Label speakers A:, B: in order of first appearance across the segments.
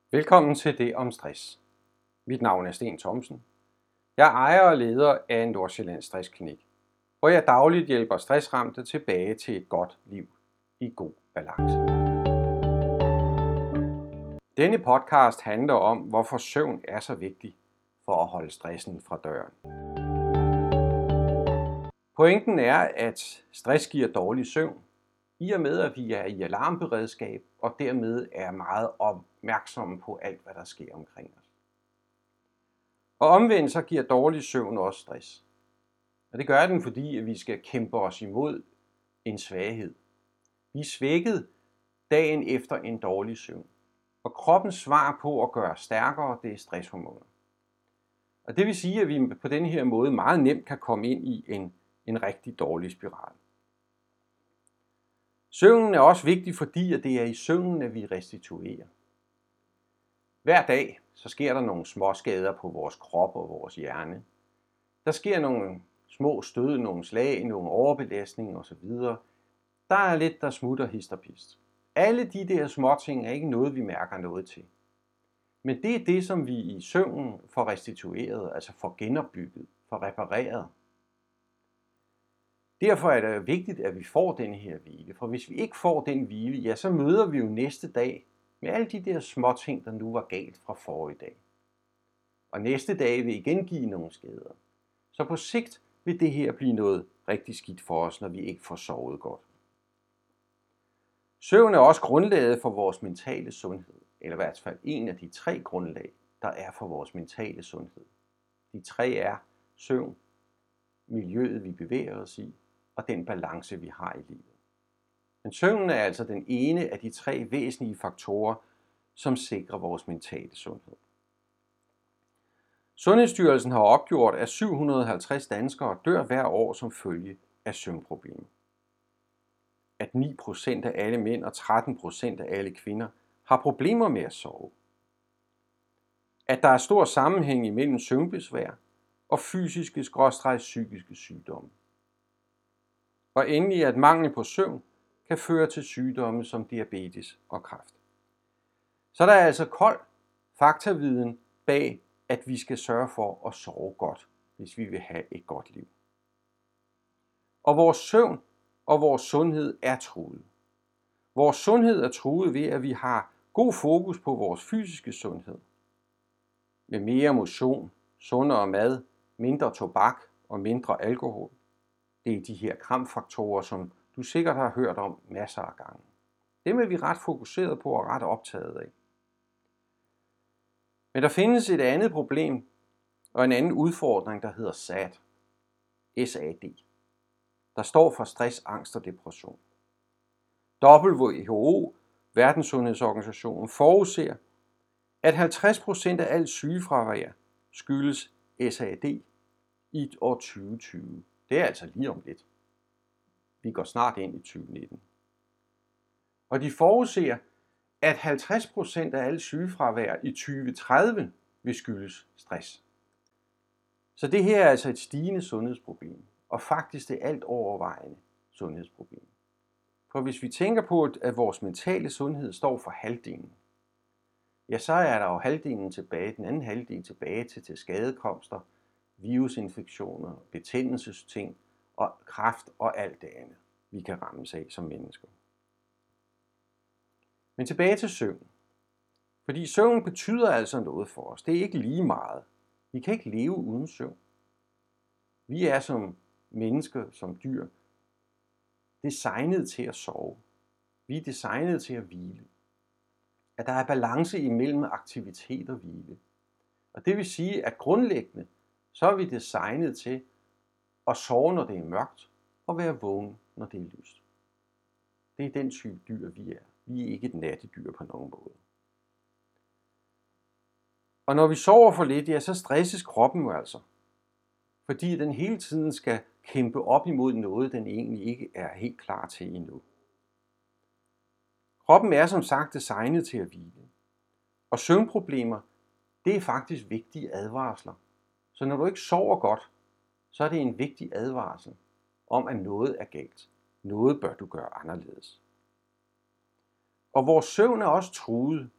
A: Velkommen til Det om stress. Mit navn er Sten Thomsen. Jeg er ejer og leder af Nordsjællands Stressklinik, hvor jeg dagligt hjælper stressramte tilbage til et godt liv i god balance. Denne podcast handler om, hvorfor søvn er så vigtig for at holde stressen fra døren. Pointen er, at stress giver dårlig søvn, i og med at vi er i alarmberedskab og dermed er meget opmærksomme på alt, hvad der sker omkring os. Og omvendt så giver dårlig søvn også stress. Og det gør den, fordi at vi skal kæmpe os imod en svaghed. Vi er svækket dagen efter en dårlig søvn. Og kroppens svar på at gøre os stærkere, det er stresshormoner. Og det vil sige, at vi på den her måde meget nemt kan komme ind i en rigtig dårlig spiral. Søvnen er også vigtig, fordi at det er i søvnen, at vi restituerer. Hver dag så sker der nogle små skader på vores krop og vores hjerne. Der sker nogle små stød, nogle slag, nogle overbelastninger osv. Der er lidt, der smutter hist og pist. Alle de der små ting er ikke noget, vi mærker noget til. Men det er det, som vi i søvnen får restitueret, altså får genopbygget, får repareret. Derfor er det vigtigt, at vi får den her hvile, for hvis vi ikke får den hvile, ja, så møder vi jo næste dag med alle de der små ting, der nu var galt fra forrige dag. Og næste dag vil igen give nogle skader. Så på sigt vil det her blive noget rigtig skidt for os, når vi ikke får sovet godt. Søvn er også grundlaget for vores mentale sundhed, eller i hvert fald en af de 3 grundlag, der er for vores mentale sundhed. De 3 er søvn, miljøet vi bevæger os i, og den balance vi har i livet. Men søvnen er altså den ene af de 3 væsentlige faktorer, som sikrer vores mentale sundhed. Sundhedsstyrelsen har opgjort, at 750 danskere dør hver år som følge af søvnproblemer. At 9% af alle mænd og 13% af alle kvinder har problemer med at sove. At der er stor sammenhæng imellem søvnbesvær og fysiske/psykiske sygdomme. Og endelig at mangel på søvn kan føre til sygdomme som diabetes og kræft. Så der er altså kold faktaviden bag, at vi skal sørge for at sove godt, hvis vi vil have et godt liv. Og vores søvn og vores sundhed er truet. Vores sundhed er truet ved, at vi har god fokus på vores fysiske sundhed. Med mere motion, sundere mad, mindre tobak og mindre alkohol. Det er de her kramfaktorer, som du sikkert har hørt om masser af gange. Dem er vi ret fokuseret på og ret optaget af. Men der findes et andet problem og en anden udfordring, der hedder SAD. SAD. Der står for stress, angst og depression. WHO, Verdenssundhedsorganisationen, forudser, at 50% af alt sygefravær skyldes SAD i år 2020. Det er altså lige om lidt. Vi går snart ind i 2019. Og de forudser, at 50% af alt sygefravær i 2030 vil skyldes stress. Så det her er altså et stigende sundhedsproblem, og faktisk det alt overvejende sundhedsproblem. For hvis vi tænker på, at vores mentale sundhed står for halvdelen, ja, så er der jo halvdelen tilbage, den anden halvdel tilbage til skadekomster, virusinfektioner, betændelsesting og kræft og alt det andet, vi kan rammes af som mennesker. Men tilbage til søvn. Fordi søvn betyder altså noget for os. Det er ikke lige meget. Vi kan ikke leve uden søvn. Vi er som mennesker, som dyr, designet til at sove. Vi er designet til at hvile. At der er balance imellem aktivitet og hvile. Og det vil sige, at grundlæggende, så er vi designet til at sove, når det er mørkt, og være vågen, når det er lyst. Det er den type dyr, vi er. Vi er ikke et nattedyr på nogen måde. Og når vi sover for lidt, ja, så stresses kroppen jo altså. Fordi den hele tiden skal kæmpe op imod noget, den egentlig ikke er helt klar til endnu. Kroppen er som sagt designet til at hvile. Og søvnproblemer, det er faktisk vigtige advarsler. Så når du ikke sover godt, så er det en vigtig advarsel om, at noget er galt. Noget bør du gøre anderledes. Og vores søvn er også truet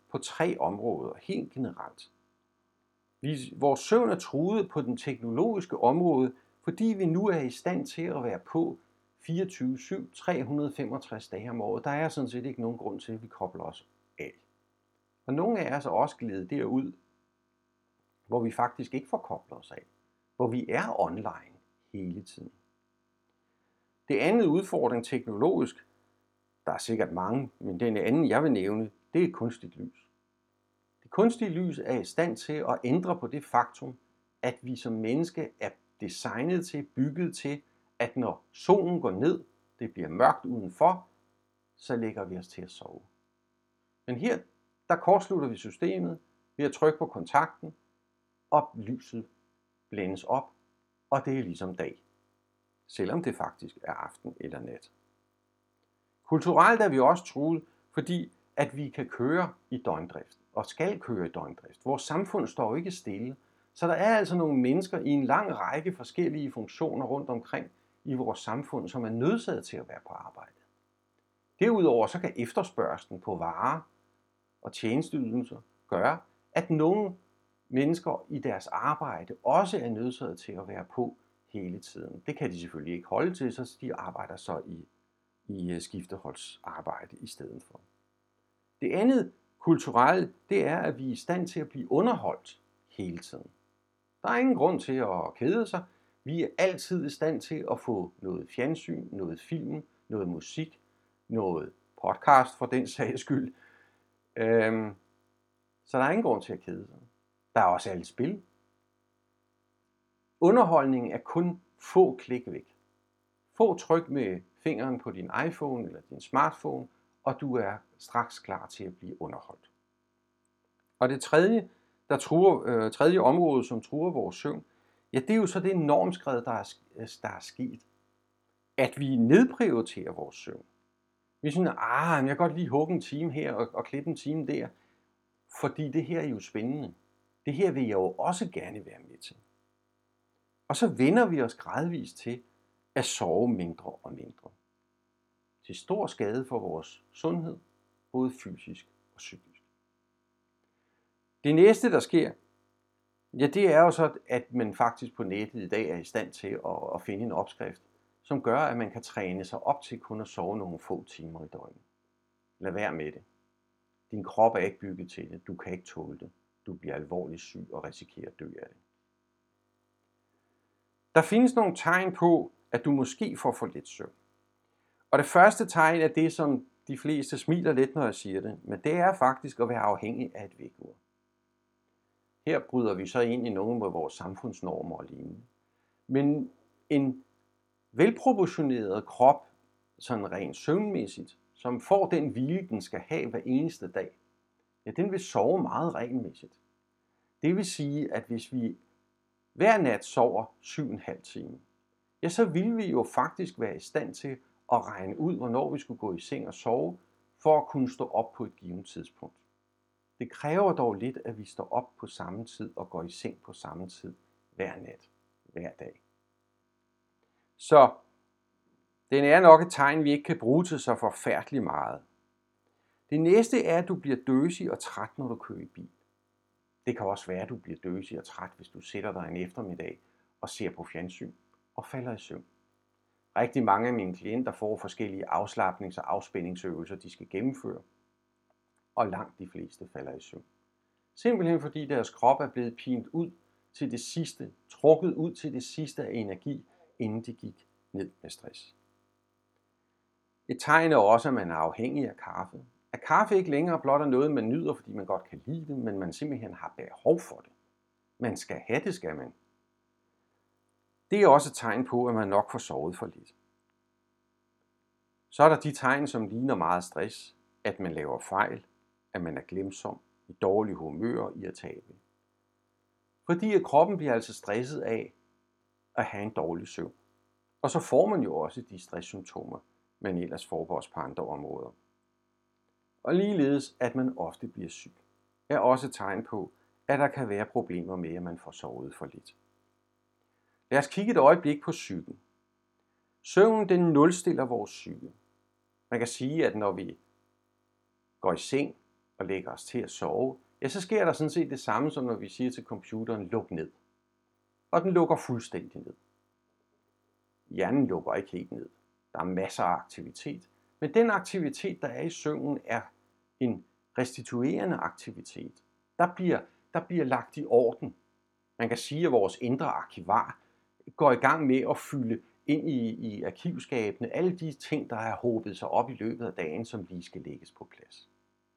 A: på 3 områder helt generelt. Vores søvn er truet på den teknologiske område, fordi vi nu er i stand til at være på 24/7, 365 dage om året. Der er sådan set ikke nogen grund til, at vi kobler os af. Og nogle af os er også glædet derud, hvor vi faktisk ikke får koblet os af. Hvor vi er online hele tiden. Det andet udfordring teknologisk, der er sikkert mange, men den anden jeg vil nævne, det er kunstigt lys. Det kunstige lys er i stand til at ændre på det faktum, at vi som menneske er designet til, bygget til, at når solen går ned, det bliver mørkt udenfor, så lægger vi os til at sove. Men her, der kortslutter vi systemet ved at trykke på kontakten, og lyset blændes op, og det er ligesom dag, selvom det faktisk er aften eller nat. Kulturelt er vi også truet, fordi at vi kan køre i døgndrift, og skal køre i døgndrift. Vores samfund står jo ikke stille, så der er altså nogle mennesker i en lang række forskellige funktioner rundt omkring i vores samfund, som er nødsaget til at være på arbejde. Derudover så kan efterspørgslen på varer og tjenesteydelser gøre, at nogle mennesker i deres arbejde også er nødsaget til at være på hele tiden. Det kan de selvfølgelig ikke holde til, så de arbejder så i skifteholdsarbejde i stedet for. Det andet kulturelle, det er, at vi er i stand til at blive underholdt hele tiden. Der er ingen grund til at kede sig. Vi er altid i stand til at få noget fjernsyn, noget film, noget musik, noget podcast for den sags skyld. Så der er ingen grund til at kede sig. Der er også alle spil. Underholdning er kun få klik væk. Få tryk med fingeren på din iPhone eller din smartphone, og du er straks klar til at blive underholdt. Og det tredje område, som truer vores søvn, ja, det er jo så det normskred, der er sket. At vi nedprioriterer vores søvn. Vi synes, jeg kan godt lige hugge en time her og klippe en time der, fordi det her er jo spændende. Det her vil jeg jo også gerne være med til. Og så vender vi os gradvist til at sove mindre og mindre. Til stor skade for vores sundhed, både fysisk og psykisk. Det næste, der sker, ja, det er jo så, at man faktisk på nettet i dag er i stand til at finde en opskrift, som gør, at man kan træne sig op til kun at sove nogle få timer i døgnet. Lad være med det. Din krop er ikke bygget til det. Du kan ikke tåle det. Du bliver alvorligt syg og risikerer at dø af det. Der findes nogle tegn på, at du måske får for lidt søvn. Og det første tegn er det, som de fleste smiler lidt, når jeg siger det, men det er faktisk at være afhængig af et vækkeur. Her bryder vi så ind i nogle af vores samfundsnormer og lignende. Men en velproportioneret krop, sådan rent søvnmæssigt, som får den hvile, den skal have hver eneste dag, ja, den vil sove meget regelmæssigt. Det vil sige, at hvis vi hver nat sover 7,5 timer, ja, så vil vi jo faktisk være i stand til at regne ud, hvornår vi skulle gå i seng og sove, for at kunne stå op på et givet tidspunkt. Det kræver dog lidt, at vi står op på samme tid og går i seng på samme tid hver nat, hver dag. Så den er nok et tegn, vi ikke kan bruge til så forfærdeligt meget. Det næste er, at du bliver døsig og træt, når du kører i bil. Det kan også være, at du bliver døsig og træt, hvis du sætter dig en eftermiddag og ser på fjernsyn og falder i søvn. Rigtig mange af mine klienter får forskellige afslapnings- og afspændingsøvelser, de skal gennemføre, og langt de fleste falder i søvn. Simpelthen fordi deres krop er blevet pint ud til det sidste, trukket ud til det sidste af energi, inden de gik ned med stress. Et tegn er også, at man er afhængig af kaffe. At kaffe ikke længere blot er noget, man nyder, fordi man godt kan lide det, men man simpelthen har behov for det. Man skal have det, skal man. Det er også et tegn på, at man nok får sovet for lidt. Så er der de tegn, som ligner meget stress, at man laver fejl, at man er glemsom, i dårlig humør og irritabel. Fordi at kroppen bliver altså stresset af at have en dårlig søvn. Og så får man jo også de stresssymptomer, man ellers får på os på andre områder. Og ligeledes, at man ofte bliver syg, er også et tegn på, at der kan være problemer med, at man får sovet for lidt. Lad os kigge et øjeblik på psyken. Søvnen, den nulstiller vores psyke. Man kan sige, at når vi går i seng og lægger os til at sove, ja, så sker der sådan set det samme, som når vi siger til computeren, luk ned. Og den lukker fuldstændig ned. Hjernen lukker ikke helt ned. Der er masser af aktivitet, men den aktivitet, der er i søvnen, er en restituerende aktivitet. Der bliver lagt i orden. Man kan sige, at vores indre arkivar går i gang med at fylde ind i arkivskabene alle de ting, der har hobet sig op i løbet af dagen, som lige skal lægges på plads.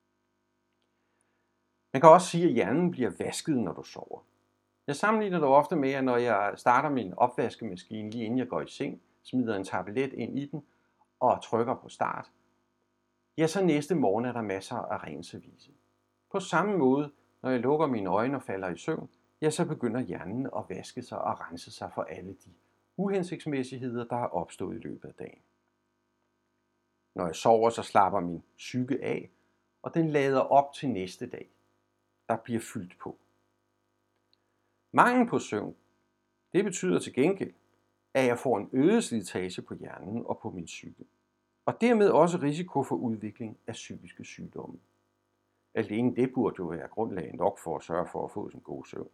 A: Man kan også sige, at hjernen bliver vasket, når du sover. Jeg sammenligner det ofte med, at når jeg starter min opvaskemaskine lige inden jeg går i seng, smider en tablet ind i den og trykker på start, ja, så næste morgen er der masser af ren service. På samme måde, når jeg lukker mine øjne og falder i søvn, ja, så begynder hjernen at vaske sig og rense sig for alle de uhensigtsmæssigheder, der er opstået i løbet af dagen. Når jeg sover, så slapper min psyke af, og den lader op til næste dag. Der bliver fyldt på. Mangel på søvn, det betyder til gengæld, at jeg får en øget slitage på hjernen og på min psyke, og dermed også risiko for udvikling af psykiske sygdomme. Alene det burde jo være grundlag nok for at sørge for at få en god søvn.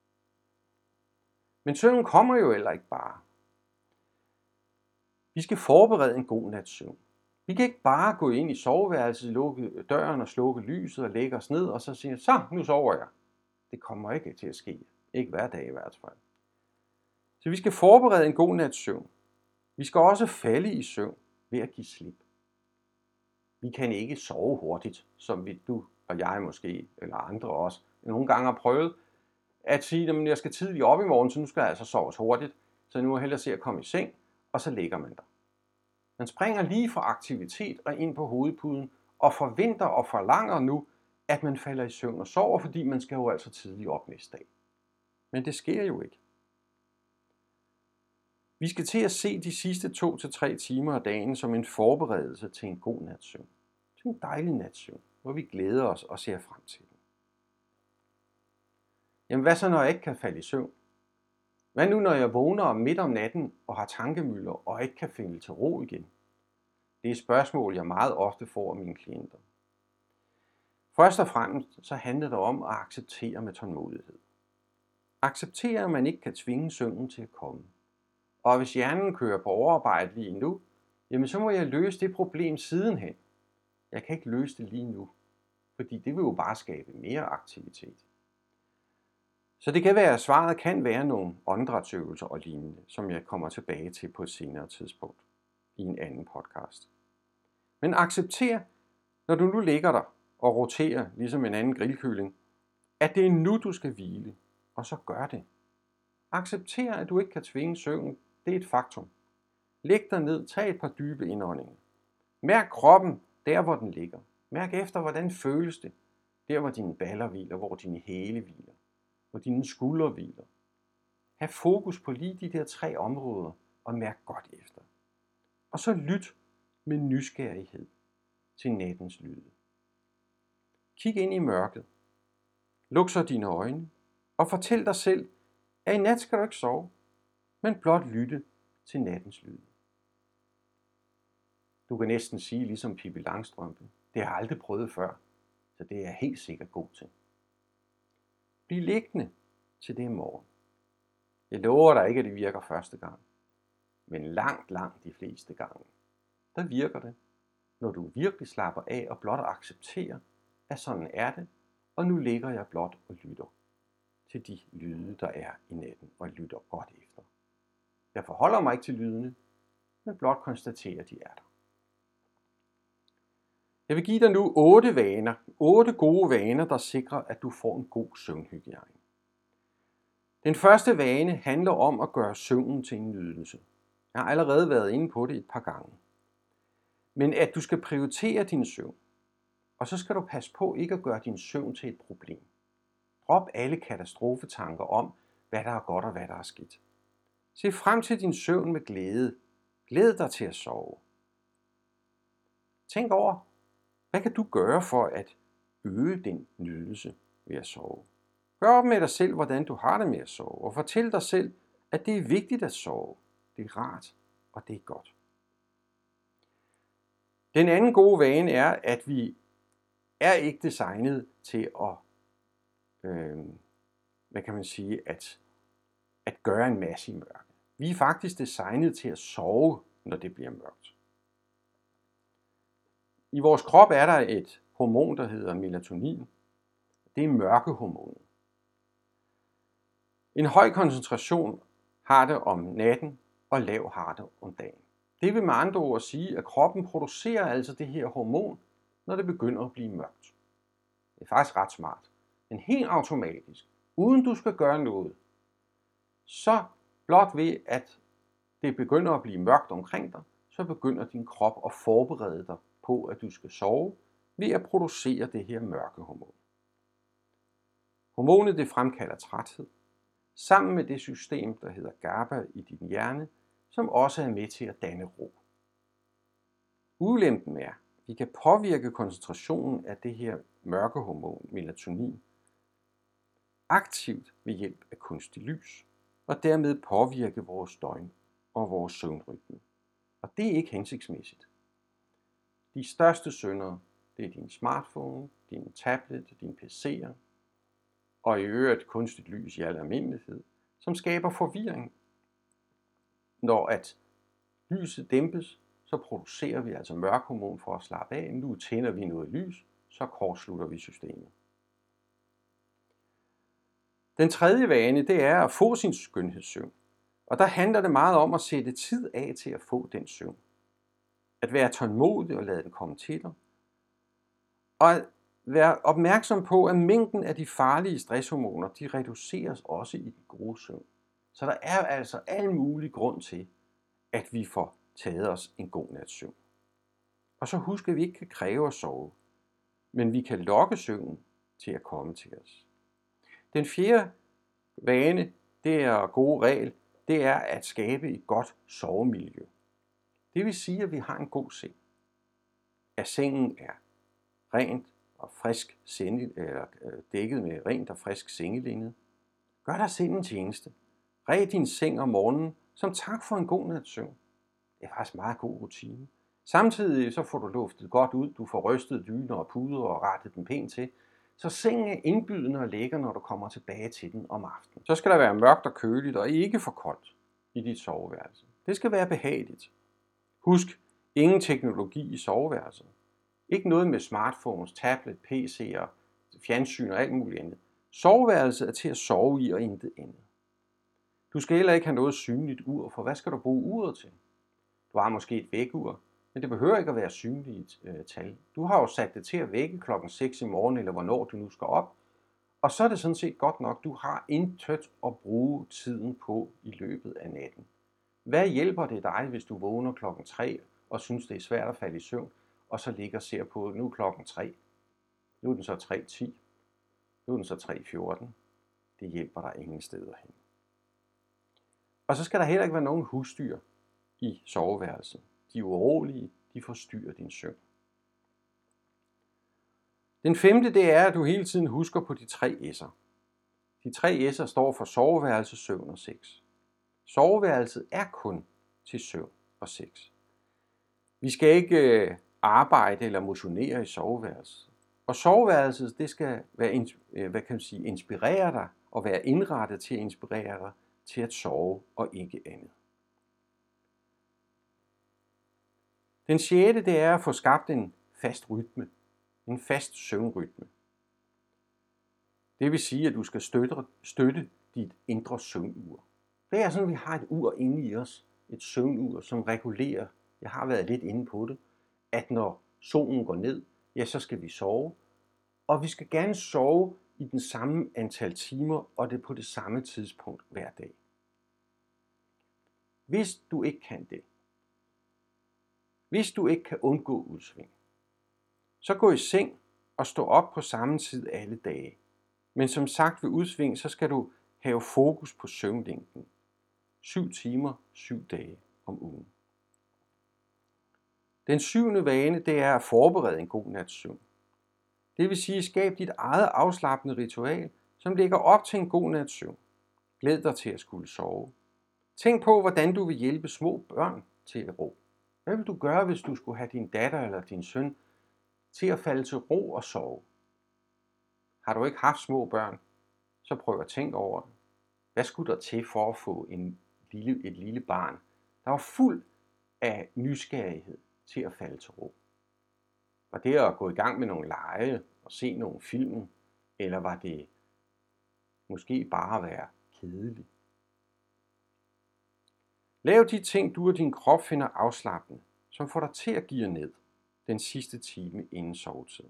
A: Men søvnen kommer jo heller ikke bare. Vi skal forberede en god nats søvn. Vi kan ikke bare gå ind i soveværelset, lukke døren og slukke lyset og lægge os ned og så sige, så nu sover jeg. Det kommer ikke til at ske. Ikke hver dag i hvert fald. Så vi skal forberede en god nats søvn. Vi skal også falde i søvn ved at give slip. Vi kan ikke sove hurtigt, som du og jeg måske, eller andre også, nogle gange har prøvet at sige, at jeg skal tidligt op i morgen, så nu skal jeg altså soves hurtigt, så nu må jeg hellere se at komme i seng, og så ligger man der. Man springer lige fra aktivitet og ind på hovedpuden, og forventer og forlanger nu, at man falder i søvn og sover, fordi man skal jo altså tidligt op næste dag. Men det sker jo ikke. Vi skal til at se de sidste 2-3 timer af dagen som en forberedelse til en god nats søvn. Til en dejlig nats søvn, hvor vi glæder os og ser frem til den. Jamen hvad så, når jeg ikke kan falde i søvn? Hvad nu, når jeg vågner midt om natten og har tankemylder og ikke kan finde til ro igen? Det er et spørgsmål, jeg meget ofte får af mine klienter. Først og fremmest så handler det om at acceptere med tålmodighed. Acceptere, at man ikke kan tvinge søvnen til at komme. Og hvis hjernen kører på overarbejde lige nu, jamen så må jeg løse det problem sidenhen. Jeg kan ikke løse det lige nu, fordi det vil jo bare skabe mere aktivitet. Så det kan være, at svaret kan være nogle åndedrætsøvelser og lignende, som jeg kommer tilbage til på et senere tidspunkt i en anden podcast. Men accepter, når du nu ligger der og roterer ligesom en anden grillkylling, at det er nu, du skal hvile, og så gør det. Accepter, at du ikke kan tvinge søvnen. Det er et faktum. Læg dig ned, tag et par dybe indåndinger. Mærk kroppen der, hvor den ligger. Mærk efter, hvordan føles det. Der, hvor dine baller hviler, hvor dine hæle hviler, hvor dine skuldre hviler. Ha' fokus på lige de der 3 områder, og mærk godt efter. Og så lyt med nysgerrighed til nattens lyde. Kig ind i mørket. Luk så dine øjne, og fortæl dig selv, at i nat skal du ikke sove, men blot lytte til nattens lyde. Du kan næsten sige ligesom Pippi Langstrømpe, det har jeg aldrig prøvet før, så det er jeg helt sikkert god til. Bliv liggende til det i morgen. Jeg lover dig ikke, at det virker første gang, men langt de fleste gange. Der virker det, når du virkelig slapper af og blot accepterer, at sådan er det, og nu ligger jeg blot og lytter til de lyde, der er i natten, og lytter godt efter. Jeg forholder mig ikke til lydene, men blot konstaterer, at de er der. Jeg vil give dig nu 8 vaner, 8 gode vaner, der sikrer, at du får en god søvnhygiejne. Den første vane handler om at gøre søvnen til en nydelse. Jeg har allerede været inde på det et par gange. Men at du skal prioritere din søvn, og så skal du passe på ikke at gøre din søvn til et problem. Drop alle katastrofetanker om, hvad der er godt og hvad der er skidt. Se frem til din søvn med glæde. Glæd dig til at sove. Tænk over, hvad kan du gøre for at øge den nydelse ved at sove? Gør op med dig selv, hvordan du har det med at sove, og fortæl dig selv, at det er vigtigt at sove. Det er rart, og det er godt. Den anden gode vane er, at vi er ikke designet til at, at gøre en masse i mørke. Vi er faktisk designet til at sove, når det bliver mørkt. I vores krop er der et hormon, der hedder melatonin. Det er mørkehormonet. En høj koncentration har det om natten, og lav har det om dagen. Det vil med andre ord sige, at kroppen producerer altså det her hormon, når det begynder at blive mørkt. Det er faktisk ret smart. Men helt automatisk, uden du skal gøre noget, så blot ved, at det begynder at blive mørkt omkring dig, så begynder din krop at forberede dig på, at du skal sove, ved at producere det her mørkehormon. Hormonet det fremkalder træthed, sammen med det system, der hedder GABA i din hjerne, som også er med til at danne ro. Ulempen er, at vi kan påvirke koncentrationen af det her mørkehormon, melatonin, aktivt ved hjælp af kunstig lys, og dermed påvirke vores døgn og vores søvnrytme. Og det er ikke hensigtsmæssigt. De største syndere, det er din smartphone, din tablet, din PC'er, og i øvrigt kunstigt lys i al almindelighed, som skaber forvirring. Når at lyset dæmpes, så producerer vi altså mørkhormon for at slappe af. Nu tænder vi noget lys, så kortslutter vi systemet. Den tredje vane, det er at få sin skønhedssøvn. Og der handler det meget om at sætte tid af til at få den søvn. At være tålmodig og lade den komme til dig. Og at være opmærksom på, at mængden af de farlige stresshormoner, de reduceres også i den gode søvn. Så der er altså al mulig grund til, at vi får taget os en god nats søvn. Og så husk, at vi ikke kan kræve at sove, men vi kan lokke søvnen til at komme til os. Den fjerde vane, det er gode regel, det er at skabe et godt sovemiljø. Det vil sige, at vi har en god seng. At sengen er rent og frisk dækket med rent og frisk sengelinned. Gør dig selv en tjeneste. Ræd din seng om morgenen som tak for en god nats søvn. Det er faktisk en meget god rutine. Samtidig så får du luftet godt ud, du får rystet dyner og puder og rettet den pænt til, så sengen er indbydende og lækker, når du kommer tilbage til den om aftenen. Så skal der være mørkt og køligt og ikke for koldt i dit soveværelse. Det skal være behageligt. Husk, ingen teknologi i soveværelset. Ikke noget med smartphones, tablet, PC'er, fjernsyn og alt muligt andet. Soveværelset er til at sove i og intet andet. Du skal heller ikke have noget synligt ur, for hvad skal du bruge uret til? Du har måske et vækkeur, men det behøver ikke at være synligt tal. Du har jo sat det til at vække klokken 6 i morgen, eller hvornår du nu skal op. Og så er det sådan set godt nok. Du har intet at bruge tiden på i løbet af natten. Hvad hjælper det dig, hvis du vågner klokken 3 og synes, det er svært at falde i søvn, og så ligger og ser på, nu klokken 3. Nu er den så 3:10. Nu er den så 3:14. Det hjælper dig ingen steder hen. Og så skal der heller ikke være nogen husdyr i soveværelset. De er urolige, de forstyrrer din søvn. Den femte, det er, at du hele tiden husker på de 3 S'er. De 3 S'er står for soveværelse, søvn og sex. Soveværelset er kun til søvn og sex. Vi skal ikke arbejde eller motionere i soveværelset. Og soveværelset, det skal være, inspirere dig og være indrettet til at inspirere dig til at sove og ikke andet. Den sjette, det er at få skabt en fast rytme, en fast søvnrytme. Det vil sige, at du skal støtte dit indre søvnur. Det er sådan, at vi har et ur inde i os, et søvnur, som regulerer, jeg har været lidt inde på det, at når solen går ned, ja, så skal vi sove. Og vi skal gerne sove i den samme antal timer, og det på det samme tidspunkt hver dag. Hvis du ikke kan det, hvis du ikke kan undgå udsving, så gå i seng og stå op på samme tid alle dage. Men som sagt ved udsving, så skal du have fokus på søvnlængden. 7 timer, 7 dage om ugen. Den 7. vane, det er at forberede en god nats søvn. Det vil sige, skab dit eget afslappende ritual, som lægger op til en god nats søvn. Glæd dig til at skulle sove. Tænk på, hvordan du vil hjælpe små børn til at ro. Hvad vil du gøre, hvis du skulle have din datter eller din søn til at falde til ro og sove. Har du ikke haft små børn, så prøv at tænke over det. Hvad skulle der til for at få et lille barn, der var fuld af nysgerrighed til at falde til ro? Var det at gå i gang med nogle lege og se nogle film, eller var det måske bare at være kedelig? Lav de ting, du og din krop finder afslappende, som får dig til at geare ned den sidste time inden sovetid.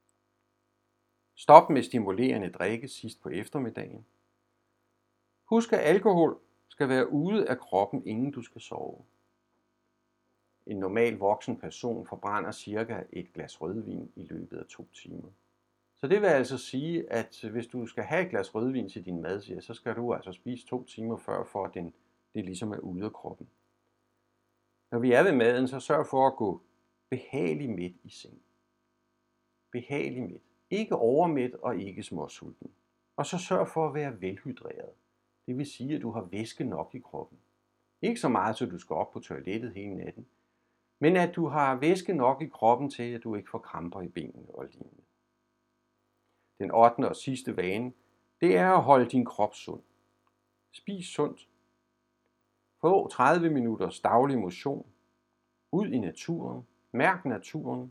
A: Stop med stimulerende drikke sidst på eftermiddagen. Husk, at alkohol skal være ude af kroppen, inden du skal sove. En normal voksen person forbrænder cirka et glas rødvin i løbet af 2 timer. Så det vil altså sige, at hvis du skal have et glas rødvin til din mad, så skal du altså spise 2 timer før, for at det ligesom er ude af kroppen. Når vi er ved maden, så sørg for at gå behageligt mæt i seng. Behageligt mæt. Ikke overmæt og ikke småsulten. Og så sørg for at være velhydreret. Det vil sige, at du har væske nok i kroppen. Ikke så meget, så du skal op på toilettet hele natten, men at du har væske nok i kroppen til, at du ikke får kramper i benene og lignende. Den 8. og sidste vane, det er at holde din krop sund. Spis sundt. Få 30 minutters daglig motion. Ud i naturen. Mærk naturen.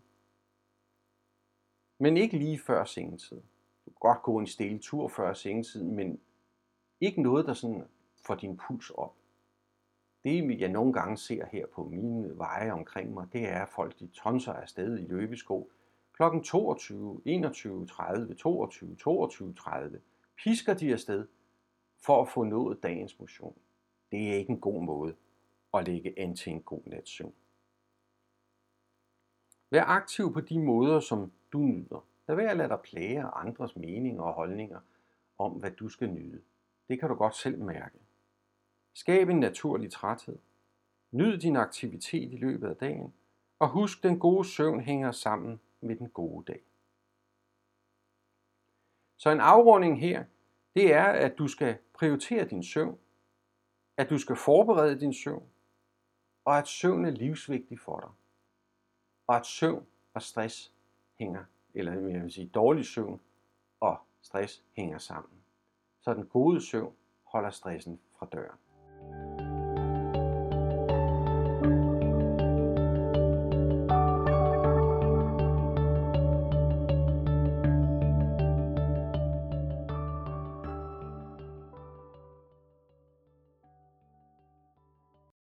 A: Men ikke lige før sengetid. Du kan godt gå en stille tur før sengetid, men ikke noget, der sådan får din puls op. Det jeg nogle gange ser her på mine veje omkring mig, det er, at folk de tonser afsted i løbesko kl. 22, 21.30, 22, 22.30. Pisker de afsted for at få nået dagens motion. Det er ikke en god måde at lægge an til en god nats søvn. Vær aktiv på de måder, som du nyder. Lad være at lade dig plage af andres meninger og holdninger om, hvad du skal nyde. Det kan du godt selv mærke. Skab en naturlig træthed. Nyd din aktivitet i løbet af dagen. Og husk, den gode søvn hænger sammen med den gode dag. Så en afrunding her, det er, at du skal prioritere din søvn. At du skal forberede din søvn. Og at søvn er livsvigtig for dig. Og at søvn og stress hænger, eller jeg vil sige dårlig søvn og stress hænger sammen. Så den gode søvn holder stressen fra døren.